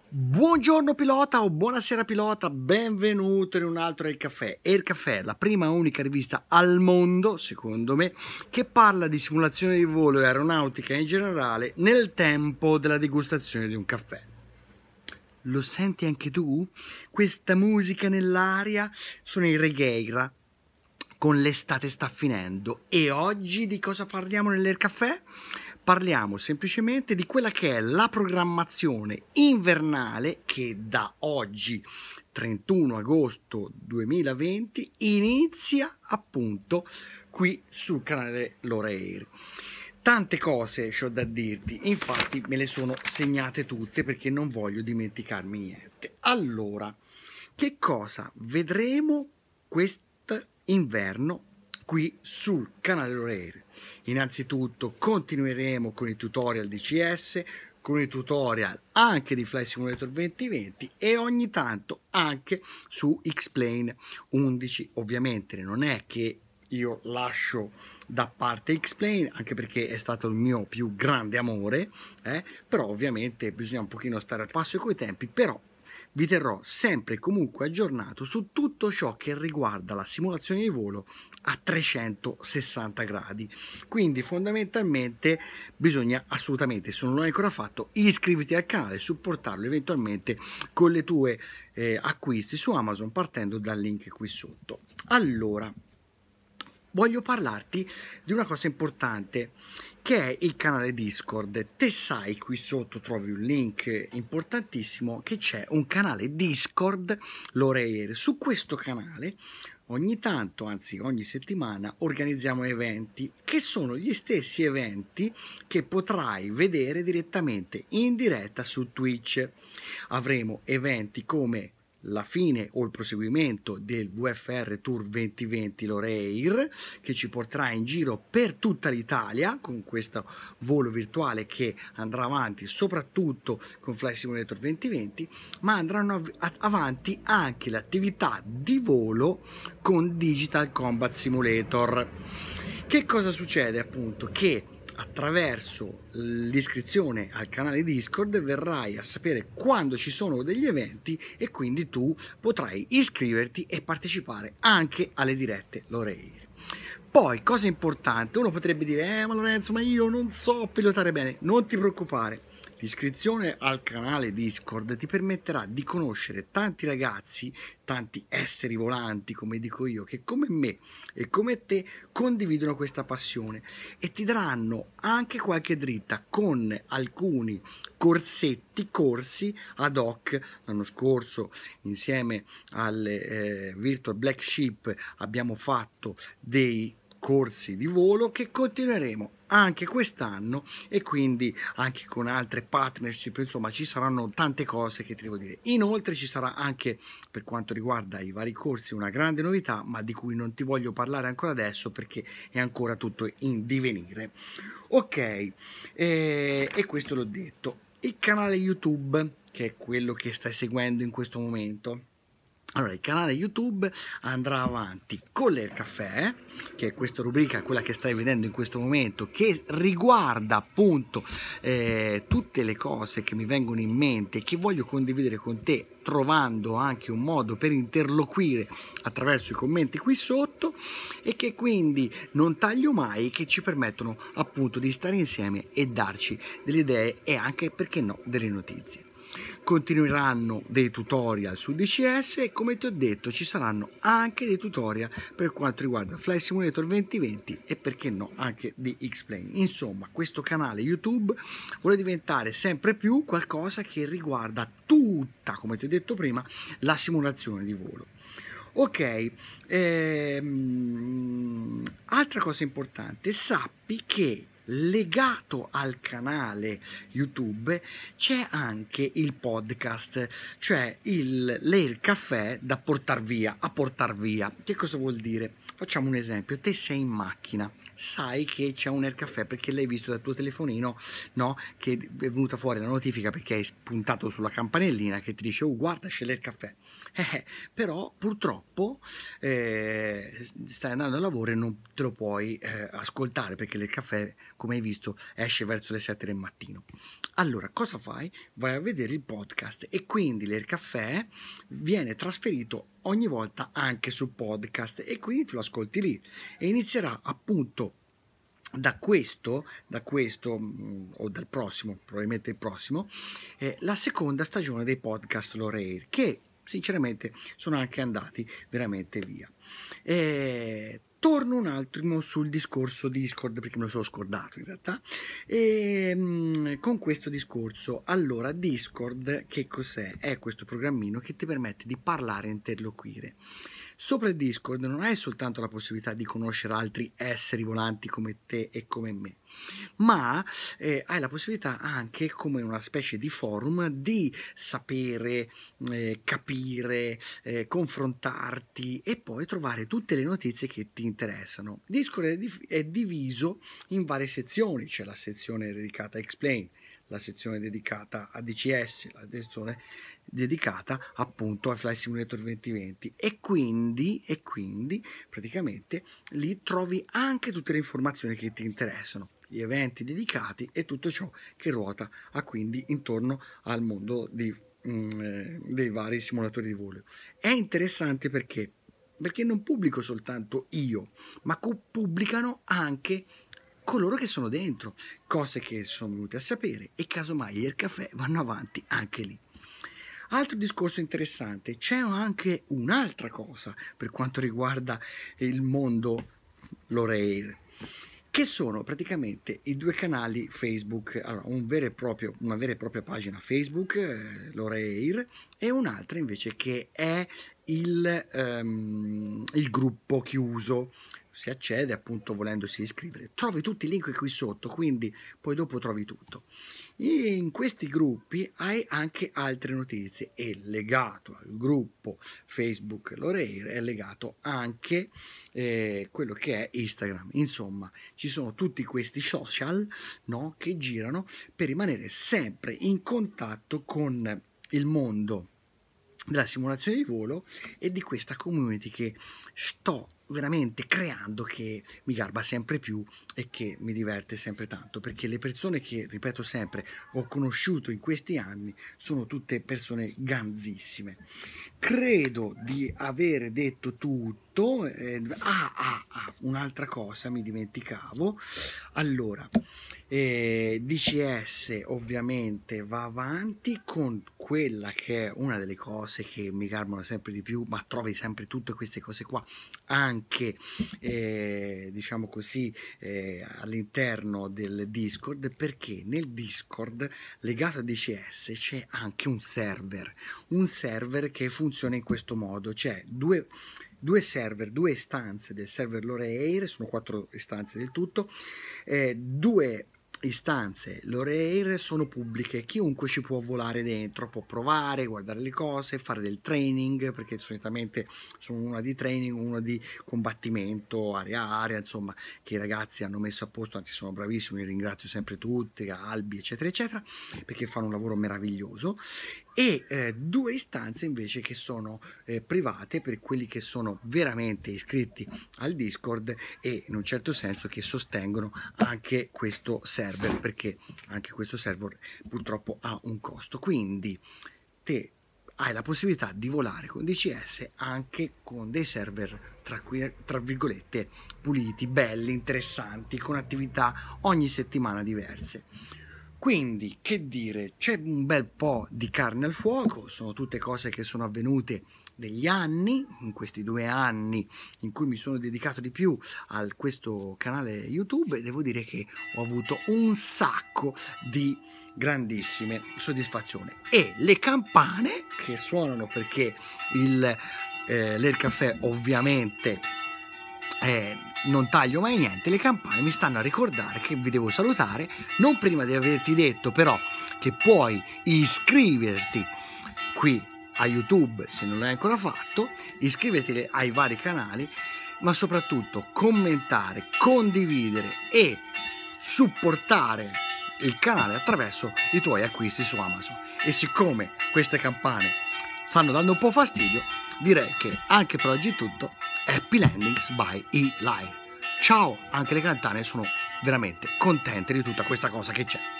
Buongiorno pilota o buonasera pilota, benvenuto in un altro Air Caffè. Air Caffè, la prima e unica rivista al mondo, secondo me, che parla di simulazione di volo e aeronautica in generale nel tempo della degustazione di un caffè. Lo senti anche tu? Questa musica nell'aria? Sono i Reggae con l'estate sta finendo e oggi di cosa parliamo nell'Air Caffè? Parliamo semplicemente di quella che è la programmazione invernale che da oggi 31 agosto 2020 inizia appunto qui sul canale Lora Air. Tante cose c'ho da dirti, infatti me le sono segnate tutte perché non voglio dimenticarmi niente. Allora, che cosa vedremo quest'inverno qui sul canale Lora Air? Innanzitutto continueremo con i tutorial di CS, con i tutorial anche di Flight Simulator 2020 e ogni tanto anche su X-Plane 11. Ovviamente non è che io lascio da parte X-Plane, anche perché è stato il mio più grande amore, però ovviamente bisogna un pochino stare al passo coi tempi, però vi terrò sempre e comunque aggiornato su tutto ciò che riguarda la simulazione di volo a 360 gradi. Quindi fondamentalmente bisogna assolutamente, se non l'hai ancora fatto, iscriviti al canale, supportarlo eventualmente con le tue acquisti su Amazon partendo dal link qui sotto. Allora, voglio parlarti di una cosa importante che è il canale Discord. Te sai, qui sotto trovi un link importantissimo che c'è un canale Discord Lora Air. Su questo canale ogni tanto, anzi ogni settimana, organizziamo eventi che sono gli stessi eventi che potrai vedere direttamente in diretta su Twitch. Avremo eventi come la fine o il proseguimento del VFR Tour 2020 Lora Air, che ci porterà in giro per tutta l'Italia con questo volo virtuale che andrà avanti soprattutto con Flight Simulator 2020, ma andranno avanti anche le attività di volo con Digital Combat Simulator. Che cosa succede appunto? Che attraverso l'iscrizione al canale Discord verrai a sapere quando ci sono degli eventi e quindi tu potrai iscriverti e partecipare anche alle dirette Lora Air. Poi, cosa importante, uno potrebbe dire ma Lorenzo, ma io non so pilotare bene. Non ti preoccupare, l'iscrizione al canale Discord ti permetterà di conoscere tanti ragazzi, tanti esseri volanti, come dico io, che come me e come te condividono questa passione e ti daranno anche qualche dritta con alcuni corsi ad hoc. L'anno scorso insieme al Virtual Black Sheep abbiamo fatto dei corsi di volo che continueremo anche quest'anno e quindi anche con altre partnership. Insomma, ci saranno tante cose che ti devo dire. Inoltre ci sarà anche, per quanto riguarda i vari corsi, una grande novità, ma di cui non ti voglio parlare ancora adesso perché è ancora tutto in divenire. Ok, e questo l'ho detto. Il canale YouTube, che è quello che stai seguendo in questo momento. Allora, il canale YouTube andrà avanti con l'Air Caffè, che è questa rubrica, quella che stai vedendo in questo momento, che riguarda appunto tutte le cose che mi vengono in mente e che voglio condividere con te, trovando anche un modo per interloquire attraverso i commenti qui sotto e che quindi non taglio mai, che ci permettono appunto di stare insieme e darci delle idee e anche, perché no, delle notizie. Continueranno dei tutorial su DCS e come ti ho detto ci saranno anche dei tutorial per quanto riguarda Flight Simulator 2020 e perché no anche di X-Plane. Insomma, questo canale YouTube vuole diventare sempre più qualcosa che riguarda tutta, come ti ho detto prima, la simulazione di volo. Ok, altra cosa importante, sappi che legato al canale YouTube c'è anche il podcast, cioè l'Air Caffè da portar via, a portar via. Che cosa vuol dire? facciamo un esempio, te sei in macchina, sai che c'è un Aircaffè perché l'hai visto dal tuo telefonino, no? Che è venuta fuori la notifica perché hai spuntato sulla campanellina che ti dice guarda c'è l'Aircaffè. Però purtroppo stai andando al lavoro e non te lo puoi ascoltare perché l'Aircaffè, come hai visto, esce verso le 7 del mattino. Allora cosa fai? Vai a vedere il podcast e quindi l'Aircaffè viene trasferito ogni volta anche su podcast e quindi tu lo ascolti lì e inizierà appunto da questo o dal prossimo, probabilmente il prossimo, la seconda stagione dei podcast Loreir, che sinceramente sono anche andati veramente via. Torno un attimo sul discorso Discord perché me lo sono scordato in realtà. Con questo discorso, allora Discord che cos'è? È questo programmino che ti permette di parlare e interloquire. Sopra il Discord non hai soltanto la possibilità di conoscere altri esseri volanti come te e come me, ma hai la possibilità anche, come una specie di forum, di sapere, capire, confrontarti e poi trovare tutte le notizie che ti interessano. Discord è diviso in varie sezioni, c'è la sezione dedicata a Explain, la sezione dedicata a DCS, la sezione dedicata appunto a Flight Simulator 2020 e quindi praticamente lì trovi anche tutte le informazioni che ti interessano, gli eventi dedicati e tutto ciò che ruota quindi intorno al mondo dei vari simulatori di volo. È interessante perché non pubblico soltanto io, ma pubblicano anche coloro che sono dentro, cose che sono venute a sapere e casomai gli Aircaffè vanno avanti anche lì. Altro discorso interessante, c'è anche un'altra cosa per quanto riguarda il mondo Loreir, che sono praticamente i due canali Facebook, allora, una vera e propria pagina Facebook, Loreir, e un'altra invece che è il gruppo chiuso. Si accede appunto volendosi iscrivere, trovi tutti i link qui sotto, quindi poi dopo trovi tutto. In questi gruppi hai anche altre notizie e legato al gruppo Facebook Loreir è legato anche quello che è Instagram. Insomma, ci sono tutti questi social, no, che girano per rimanere sempre in contatto con il mondo della simulazione di volo e di questa community che sto veramente creando, che mi garba sempre più e che mi diverte sempre tanto, perché le persone che, ripeto sempre, ho conosciuto in questi anni sono tutte persone ganzissime. Credo di aver detto tutto. Un'altra cosa mi dimenticavo. Allora, DCS ovviamente va avanti con quella che è una delle cose che mi garbano sempre di più, ma trovi sempre tutte queste cose qua anche diciamo così all'interno del Discord, perché nel Discord legato a DCS c'è anche un server che funziona in questo modo. C'è due istanze del server Loreir, sono 4 istanze del tutto, 2 istanze Loreir sono pubbliche, chiunque ci può volare dentro, può provare, guardare le cose, fare del training, perché solitamente sono una di training, una di combattimento area a area, insomma, che i ragazzi hanno messo a posto, anzi sono bravissimi, li ringrazio sempre tutti, Albi eccetera eccetera, perché fanno un lavoro meraviglioso, e 2 istanze invece che sono private per quelli che sono veramente iscritti al Discord e in un certo senso che sostengono anche questo server, perché anche questo server purtroppo ha un costo. Quindi te hai la possibilità di volare con DCS anche con dei server tra virgolette puliti, belli, interessanti, con attività ogni settimana diverse. Quindi, che dire, c'è un bel po' di carne al fuoco, sono tutte cose che sono avvenute negli anni, in questi 2 anni in cui mi sono dedicato di più a questo canale YouTube, e devo dire che ho avuto un sacco di grandissime soddisfazioni. E le campane che suonano, perché l'Aircaffè ovviamente non taglio mai niente, le campane mi stanno a ricordare che vi devo salutare, non prima di averti detto però che puoi iscriverti qui a YouTube se non l'hai ancora fatto, iscriverti ai vari canali ma soprattutto commentare, condividere e supportare il canale attraverso i tuoi acquisti su Amazon. E siccome queste campane stanno dando un po' fastidio, direi che anche per oggi è tutto. Happy Landings by Eli. Ciao, anche le campane sono veramente contente di tutta questa cosa che c'è.